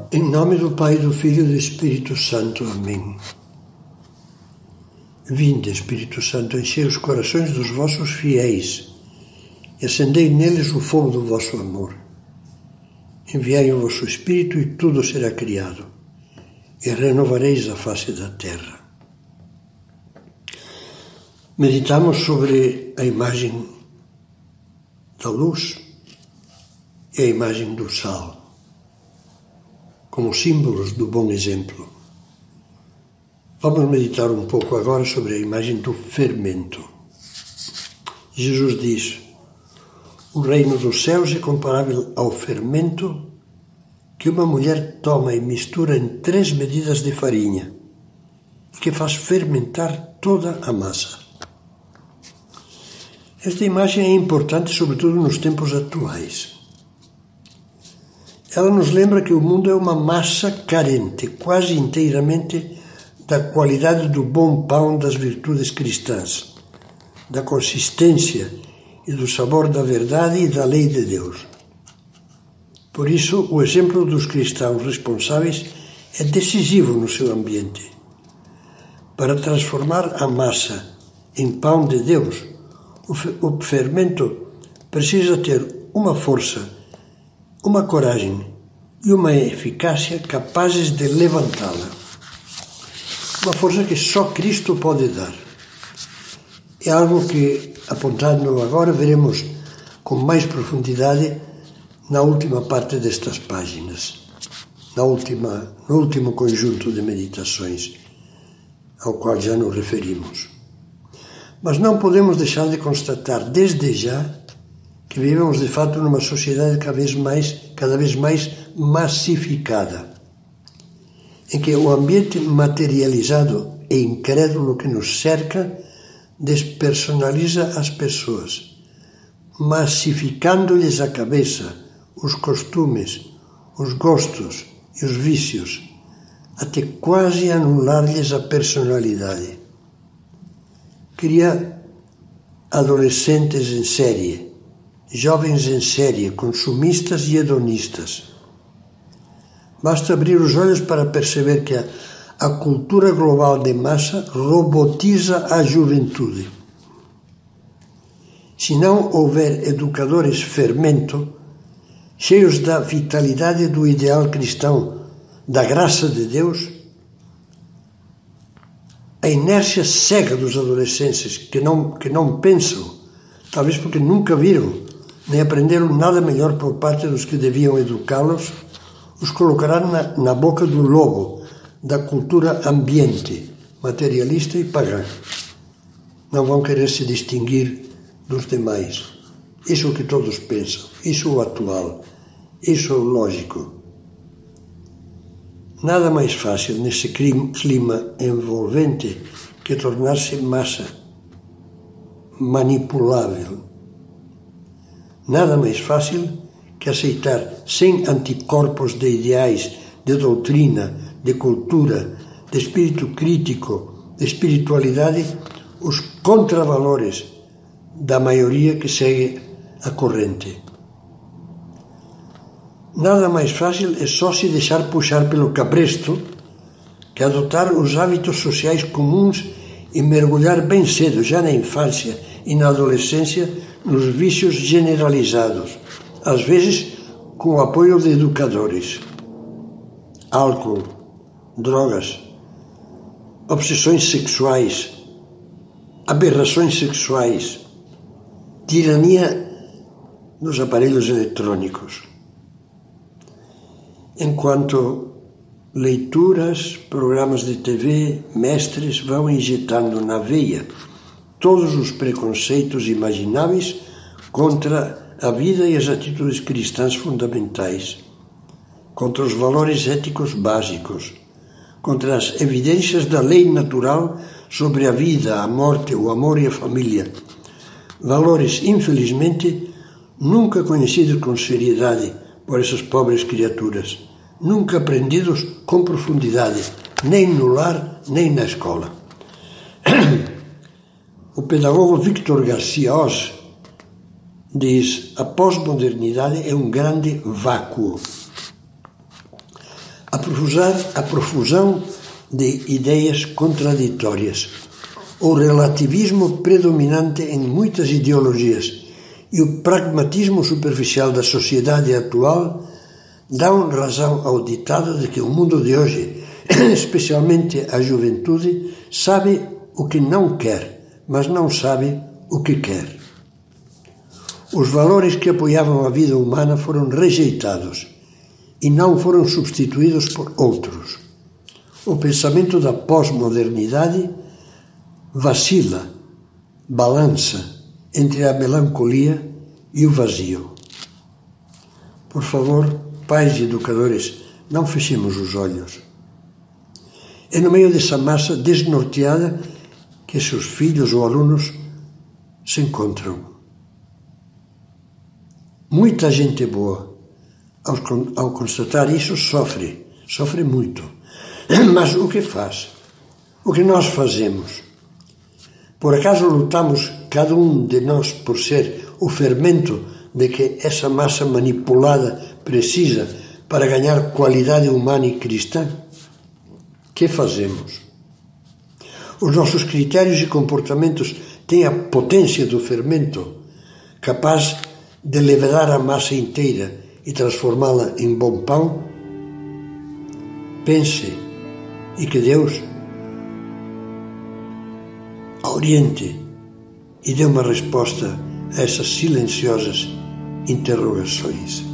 Em nome do Pai, do Filho e do Espírito Santo. Amém. Vinde, Espírito Santo, enchei os corações dos vossos fiéis e acendei neles o fogo do vosso amor. Enviai o vosso Espírito e tudo será criado, e renovareis a face da terra. Meditamos sobre a imagem da luz e a imagem do sal, como símbolos do bom exemplo. Vamos meditar um pouco agora sobre a imagem do fermento. Jesus diz: o reino dos céus é comparável ao fermento que uma mulher toma e mistura em 3 medidas de farinha e que faz fermentar toda a massa. Esta imagem é importante, sobretudo nos tempos atuais. Ela nos lembra que o mundo é uma massa carente, quase inteiramente, da qualidade do bom pão das virtudes cristãs, da consistência e do sabor da verdade e da lei de Deus. Por isso, o exemplo dos cristãos responsáveis é decisivo no seu ambiente. Para transformar a massa em pão de Deus, o fermento precisa ter uma força, uma coragem e uma eficácia capazes de levantá-la. Uma força que só Cristo pode dar. É algo que, apontando agora, veremos com mais profundidade na última parte destas páginas, no último conjunto de meditações, ao qual já nos referimos. Mas não podemos deixar de constatar, desde já, que vivemos de fato numa sociedade cada vez mais massificada, em que o ambiente materializado e incrédulo que nos cerca despersonaliza as pessoas, massificando-lhes a cabeça, os costumes, os gostos e os vícios, até quase anular-lhes a personalidade. Cria adolescentes em série, jovens em série, consumistas e hedonistas. Basta abrir os olhos para perceber que a cultura global de massa robotiza a juventude. Se não houver educadores fermento, cheios da vitalidade do ideal cristão, da graça de Deus, a inércia cega dos adolescentes que não pensam, talvez porque nunca viram nem aprenderam nada melhor por parte dos que deviam educá-los, os colocará na boca do lobo da cultura ambiente, materialista e pagã. Não vão querer se distinguir dos demais. Isso é o que todos pensam, isso é o atual, isso é o lógico. Nada mais fácil nesse clima envolvente que tornar-se massa, manipulável. Nada mais fácil que aceitar sem anticorpos de ideais, de doutrina, de cultura, de espírito crítico, de espiritualidade, os contravalores da maioria que segue a corrente. Nada mais fácil é só se deixar puxar pelo cabresto que adotar os hábitos sociais comuns e mergulhar bem cedo, já na infância e na adolescência, nos vícios generalizados, às vezes com o apoio de educadores. Álcool, drogas, obsessões sexuais, aberrações sexuais, tirania nos aparelhos eletrônicos. Enquanto leituras, programas de TV, mestres vão injetando na veia todos os preconceitos imagináveis contra a vida e as atitudes cristãs fundamentais, contra os valores éticos básicos, contra as evidências da lei natural sobre a vida, a morte, o amor e a família. Valores, infelizmente, nunca conhecidos com seriedade por essas pobres criaturas, nunca aprendidos com profundidade, nem no lar, nem na escola. O pedagogo Víctor Garcia Oz diz: a pós-modernidade é um grande vácuo. recusar a profusão de ideias contraditórias, o relativismo predominante em muitas ideologias e o pragmatismo superficial da sociedade atual dão razão ao ditado de que o mundo de hoje, especialmente a juventude, sabe o que não quer, mas não sabe o que quer. Os valores que apoiavam a vida humana foram rejeitados e não foram substituídos por outros. O pensamento da pós-modernidade vacila, balança entre a melancolia e o vazio. Por favor, pais e educadores, não fechemos os olhos. É no meio dessa massa desnorteada que seus filhos ou alunos se encontram. Muita gente boa, ao constatar isso, sofre muito. Mas o que faz? O que nós fazemos? Por acaso lutamos, cada um de nós, por ser o fermento de que essa massa manipulada precisa para ganhar qualidade humana e cristã? Que fazemos? Os nossos critérios e comportamentos têm a potência do fermento, capaz de levedar a massa inteira e transformá-la em bom pão? Pense e que Deus a oriente e dê uma resposta a essas silenciosas interrogações.